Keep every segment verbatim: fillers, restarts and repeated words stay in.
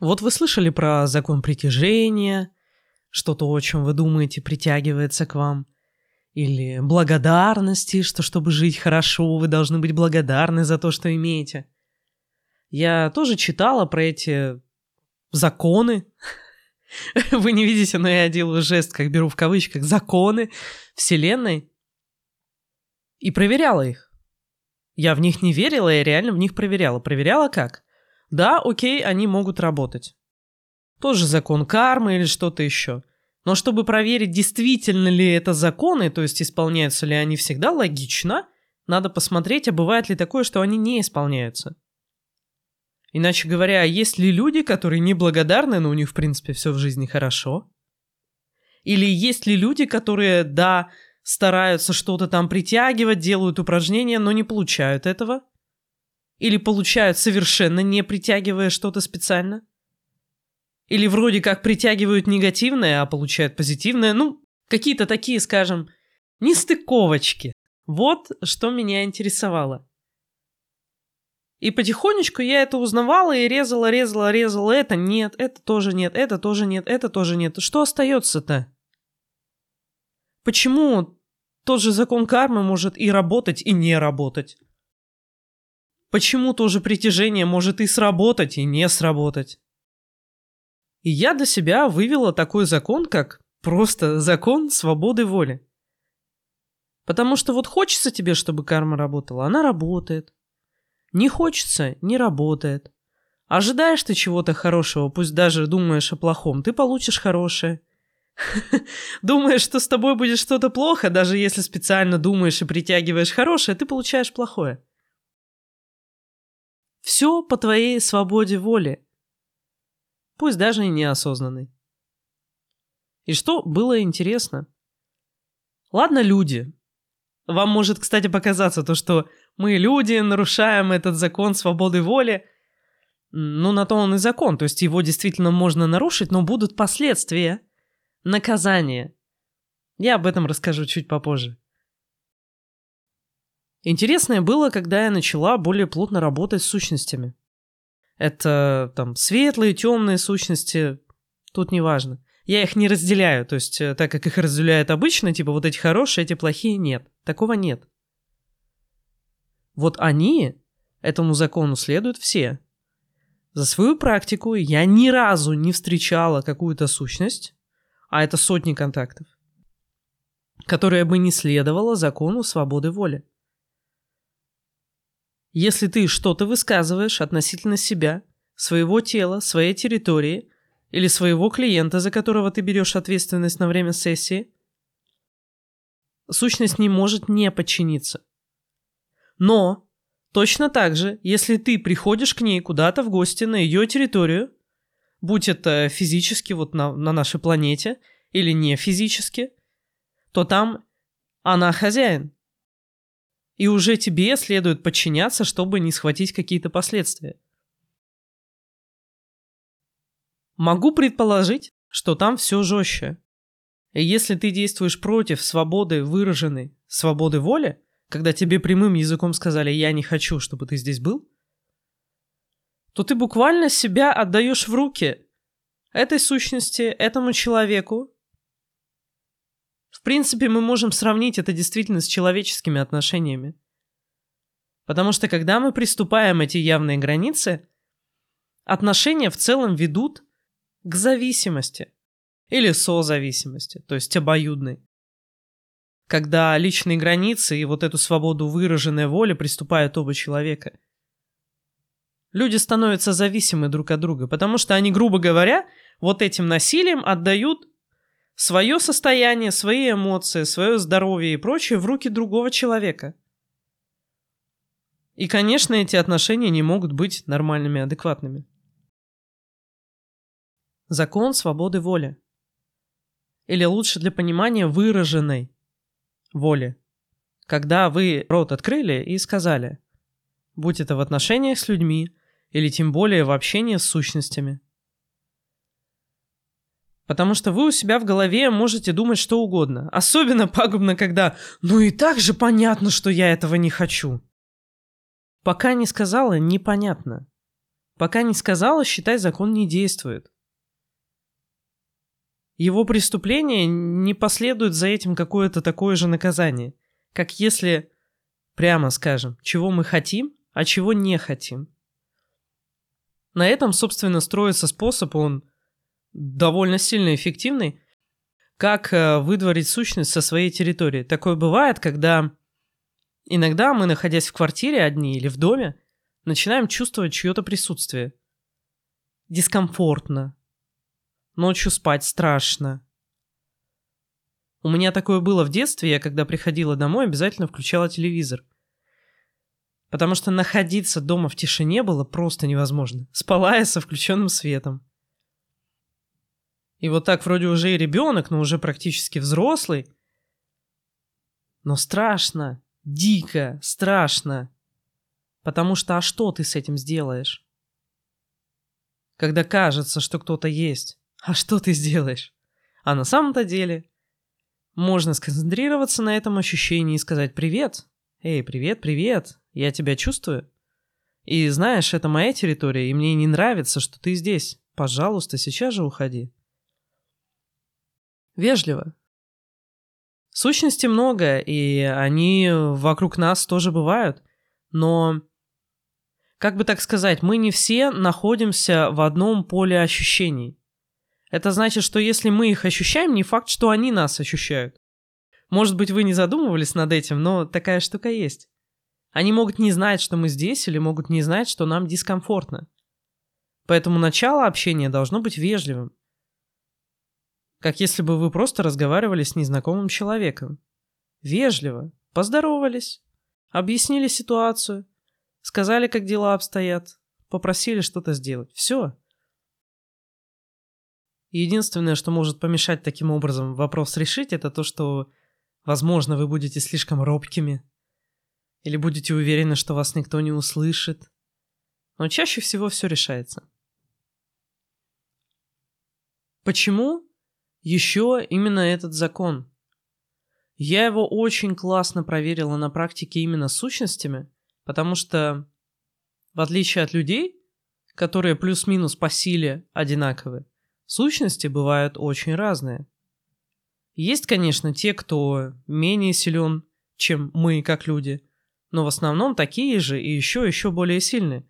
Вот вы слышали про закон притяжения, что то, о чем вы думаете, притягивается к вам, или благодарности, что чтобы жить хорошо, вы должны быть благодарны за то, что имеете. Я тоже читала про эти законы. Вы не видите, но я делаю жест, как беру в кавычках, законы Вселенной. И проверяла их. Я в них не верила, я реально в них проверяла. Проверяла как? Да, окей, они могут работать. Тоже закон кармы или что-то еще. Но чтобы проверить, действительно ли это законы, то есть исполняются ли они всегда логично, надо посмотреть, а бывает ли такое, что они не исполняются. Иначе говоря, есть ли люди, которые неблагодарны, но у них в принципе все в жизни хорошо? Или есть ли люди, которые, да, стараются что-то там притягивать, делают упражнения, но не получают этого? Или получают совершенно не притягивая что-то специально? Или вроде как притягивают негативное, а получают позитивное? Ну, какие-то такие, скажем, нестыковочки. Вот что меня интересовало. И потихонечку я это узнавала и резала, резала, резала. Это нет, это тоже нет, это тоже нет, это тоже нет. Что остается-то? Почему тот же закон кармы может и работать, и не работать? Почему тоже притяжение может и сработать, и не сработать? И я для себя вывела такой закон, как просто закон свободы воли. Потому что вот хочется тебе, чтобы карма работала, она работает. Не хочется, не работает. Ожидаешь ты чего-то хорошего, пусть даже думаешь о плохом, ты получишь хорошее. Думаешь, что с тобой будет что-то плохо, даже если специально думаешь и притягиваешь хорошее, ты получаешь плохое. Все по твоей свободе воли. Пусть даже и неосознанный. И что было интересно? Ладно, люди. Вам может, кстати, показаться то, что мы, люди, нарушаем этот закон свободы воли. Ну, на то он и закон. То есть его действительно можно нарушить, но будут последствия, наказания. Я об этом расскажу чуть попозже. Интересное было, когда я начала более плотно работать с сущностями. Это там светлые, темные сущности, тут не важно. Я их не разделяю, то есть так как их разделяют обычно, типа вот эти хорошие, эти плохие, нет. Такого нет. Вот они этому закону следуют все. За свою практику я ни разу не встречала какую-то сущность, а это сотни контактов, которая бы не следовала закону свободы воли. Если ты что-то высказываешь относительно себя, своего тела, своей территории или своего клиента, за которого ты берешь ответственность на время сессии, сущность не может не подчиниться. Но точно так же, если ты приходишь к ней куда-то в гости на ее территорию, будь это физически вот на, на нашей планете или не физически, то там она хозяин. И уже тебе следует подчиняться, чтобы не схватить какие-то последствия. Могу предположить, что там все жестче. И если ты действуешь против свободы выраженной, свободы воли, когда тебе прямым языком сказали «я не хочу, чтобы ты здесь был», то ты буквально себя отдаешь в руки этой сущности, этому человеку. В принципе, мы можем сравнить это действительно с человеческими отношениями. Потому что когда мы приступаем эти явные границы, отношения в целом ведут к зависимости или созависимости, то есть обоюдной. Когда личные границы и вот эту свободу выраженной воли приступают оба человека. Люди становятся зависимы друг от друга, потому что они, грубо говоря, вот этим насилием отдают свое состояние, свои эмоции, свое здоровье и прочее в руки другого человека. И, конечно, эти отношения не могут быть нормальными, адекватными. Закон свободы воли. Или лучше для понимания выраженной воли. Когда вы рот открыли и сказали, будь это в отношениях с людьми, или тем более в общении с сущностями. Потому что вы у себя в голове можете думать что угодно. Особенно пагубно, когда «ну и так же понятно, что я этого не хочу». Пока не сказала, непонятно. Пока не сказала, считай, закон не действует. Его преступление не последует за этим какое-то такое же наказание, как если, прямо скажем, чего мы хотим, а чего не хотим. На этом, собственно, строится способ, он довольно сильно эффективный, как выдворить сущность со своей территории. Такое бывает, когда иногда мы, находясь в квартире одни или в доме, начинаем чувствовать чье-то присутствие. Дискомфортно. Ночью спать страшно. У меня такое было в детстве, я когда приходила домой, обязательно включала телевизор. Потому что находиться дома в тишине было просто невозможно. Спала я со включенным светом. И вот так вроде уже и ребенок, но уже практически взрослый. Но страшно, дико, страшно. Потому что а что ты с этим сделаешь? Когда кажется, что кто-то есть, а что ты сделаешь? А на самом-то деле можно сконцентрироваться на этом ощущении и сказать «Привет, эй, привет, привет, я тебя чувствую. И знаешь, это моя территория, и мне не нравится, что ты здесь. Пожалуйста, сейчас же уходи». Вежливо. Сущностей много, и они вокруг нас тоже бывают, но, как бы так сказать, мы не все находимся в одном поле ощущений. Это значит, что если мы их ощущаем, не факт, что они нас ощущают. Может быть, вы не задумывались над этим, но такая штука есть. Они могут не знать, что мы здесь, или могут не знать, что нам дискомфортно. Поэтому начало общения должно быть вежливым. Как если бы вы просто разговаривали с незнакомым человеком. Вежливо. Поздоровались. Объяснили ситуацию. Сказали, как дела обстоят. Попросили что-то сделать. Все. Единственное, что может помешать таким образом вопрос решить, это то, что, возможно, вы будете слишком робкими. Или будете уверены, что вас никто не услышит. Но чаще всего все решается. Почему еще именно этот закон? Я его очень классно проверила на практике именно с сущностями, потому что, в отличие от людей, которые плюс-минус по силе одинаковы, сущности бывают очень разные. Есть, конечно, те, кто менее силен, чем мы, как люди, но в основном такие же и еще еще более сильные.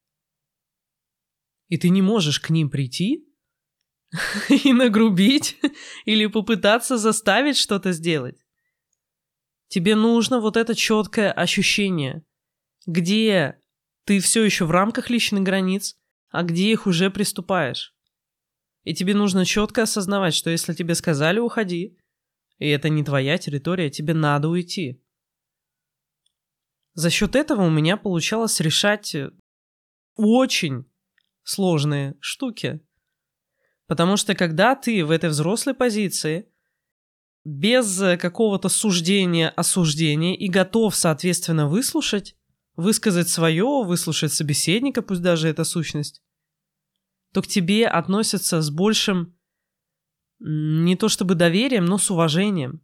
И ты не можешь к ним прийти и нагрубить или попытаться заставить что-то сделать. Тебе нужно вот это четкое ощущение, где ты все еще в рамках личных границ, а где их уже приступаешь. И тебе нужно четко осознавать, что если тебе сказали «уходи», и это не твоя территория, тебе надо уйти. За счет этого у меня получалось решать очень сложные штуки. Потому что когда ты в этой взрослой позиции, без какого-то суждения, осуждения и готов, соответственно, выслушать, высказать свое, выслушать собеседника, пусть даже это сущность, то к тебе относятся с большим, не то чтобы доверием, но с уважением.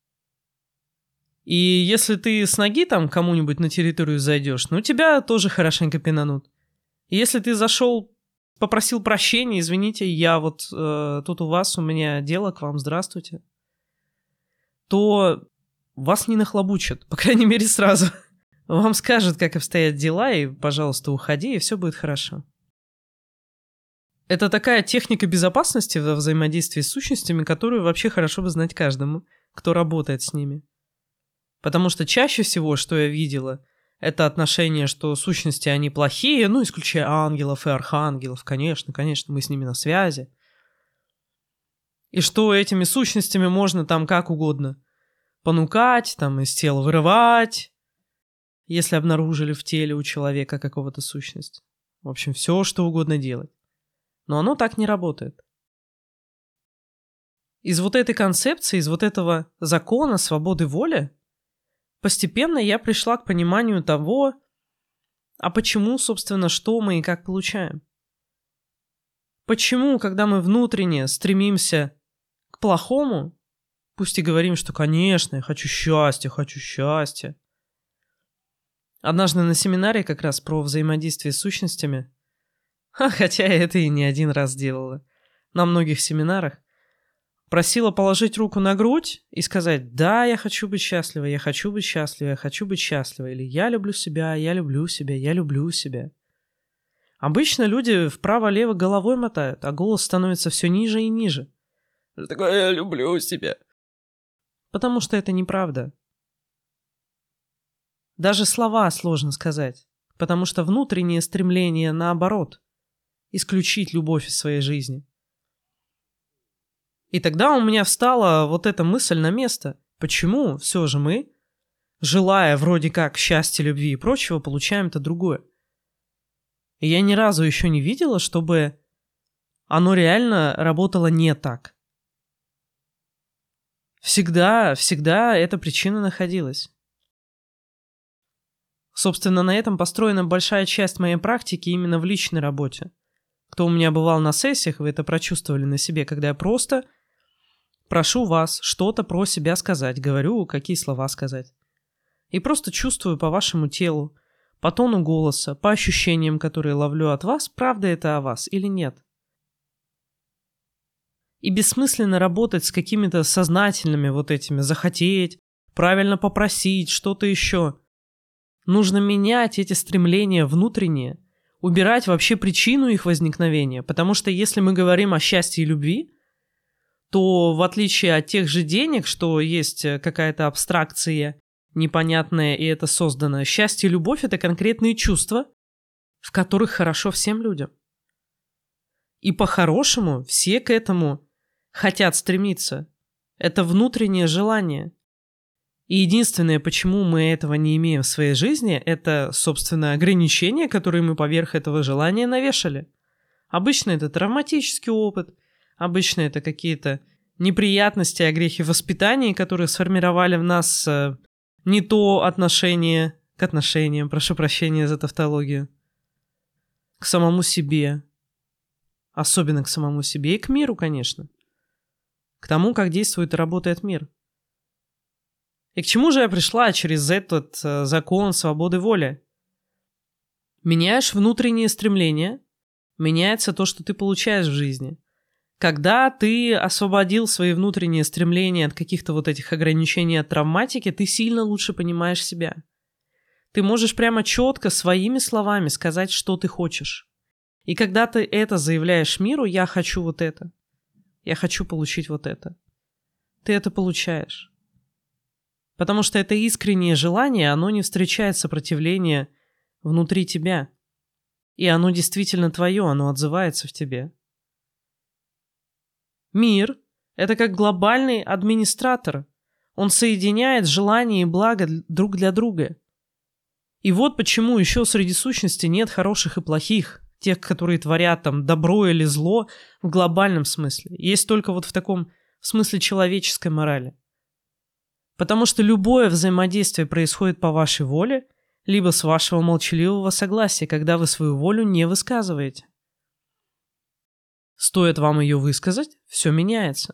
И если ты с ноги там кому-нибудь на территорию зайдешь, ну тебя тоже хорошенько пинанут. И если ты зашел, попросил прощения, извините, я вот э, тут у вас, у меня дело к вам, здравствуйте, то вас не нахлобучат, по крайней мере сразу. Вам скажут, как обстоят дела, и, пожалуйста, уходи, и все будет хорошо. Это такая техника безопасности во взаимодействии с сущностями, которую вообще хорошо бы знать каждому, кто работает с ними. Потому что чаще всего, что я видела, это отношение, что сущности, они плохие, ну, исключая ангелов и архангелов, конечно, конечно, мы с ними на связи. И что этими сущностями можно там как угодно понукать, там из тела вырывать, если обнаружили в теле у человека какого-то сущность. В общем, все, что угодно делать. Но оно так не работает. Из вот этой концепции, из вот этого закона свободы воли, постепенно я пришла к пониманию того, а почему, собственно, что мы и как получаем. Почему, когда мы внутренне стремимся к плохому, пусть и говорим, что, конечно, я хочу счастья, хочу счастья. Однажды на семинаре как раз про взаимодействие с сущностями Хотя это и не один раз делала. На многих семинарах. Просила положить руку на грудь и сказать: да, я хочу быть счастлива, я хочу быть счастлива, я хочу быть счастлива. Или я люблю себя, я люблю себя, я люблю себя. Обычно люди вправо-лево головой мотают, а голос становится все ниже и ниже. Такой: я люблю себя. Потому что это неправда. Даже слова сложно сказать, потому что внутреннее стремление наоборот — исключить любовь из своей жизни. И тогда у меня встала вот эта мысль на место. Почему все же мы, желая вроде как счастья, любви и прочего, получаем то другое? И я ни разу еще не видела, чтобы оно реально работало не так. Всегда, всегда эта причина находилась. Собственно, на этом построена большая часть моей практики именно в личной работе. Кто у меня бывал на сессиях, вы это прочувствовали на себе, когда я просто прошу вас что-то про себя сказать, говорю, какие слова сказать. И просто чувствую по вашему телу, по тону голоса, по ощущениям, которые ловлю от вас, правда это о вас или нет. И бессмысленно работать с какими-то сознательными вот этими захотеть, правильно попросить, что-то еще. Нужно менять эти стремления внутренние, убирать вообще причину их возникновения, потому что если мы говорим о счастье и любви, то в отличие от тех же денег, что есть какая-то абстракция непонятная и это создано, счастье и любовь — это конкретные чувства, в которых хорошо всем людям. И по-хорошему все к этому хотят стремиться. Это внутреннее желание. И единственное, почему мы этого не имеем в своей жизни, это, собственно, ограничения, которые мы поверх этого желания навешали. Обычно это травматический опыт, обычно это какие-то неприятности, огрехи воспитания, которые сформировали в нас э, не то отношение к отношениям, прошу прощения за тавтологию, к самому себе, особенно к самому себе и к миру, конечно, к тому, как действует и работает мир. И к чему же я пришла через этот э, закон свободы воли? Меняешь внутренние стремления, меняется то, что ты получаешь в жизни. Когда ты освободил свои внутренние стремления от каких-то вот этих ограничений, от травматики, ты сильно лучше понимаешь себя. Ты можешь прямо четко своими словами сказать, что ты хочешь. И когда ты это заявляешь миру: я хочу вот это, я хочу получить вот это, ты это получаешь. Потому что это искреннее желание, оно не встречает сопротивления внутри тебя. И оно действительно твое, оно отзывается в тебе. Мир — это как глобальный администратор. Он соединяет желания и блага друг для друга. И вот почему еще среди сущностей нет хороших и плохих, тех, которые творят там добро или зло в глобальном смысле. Есть только вот в таком в смысле человеческой морали. Потому что любое взаимодействие происходит по вашей воле, либо с вашего молчаливого согласия, когда вы свою волю не высказываете. Стоит вам ее высказать, все меняется.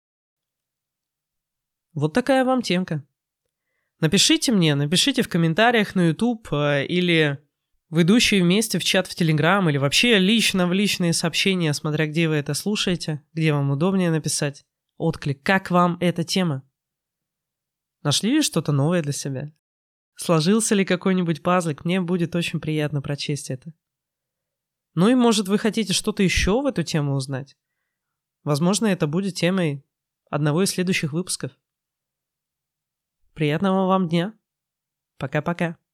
Вот такая вам темка. Напишите мне, напишите в комментариях на YouTube или в идущие вместе в чат в Telegram, или вообще лично в личные сообщения, смотря где вы это слушаете, где вам удобнее написать отклик. Как вам эта тема? Нашли ли что-то новое для себя? Сложился ли какой-нибудь пазлик? Мне будет очень приятно прочесть это. Ну и может вы хотите что-то еще в эту тему узнать? Возможно, это будет темой одного из следующих выпусков. Приятного вам дня. Пока-пока.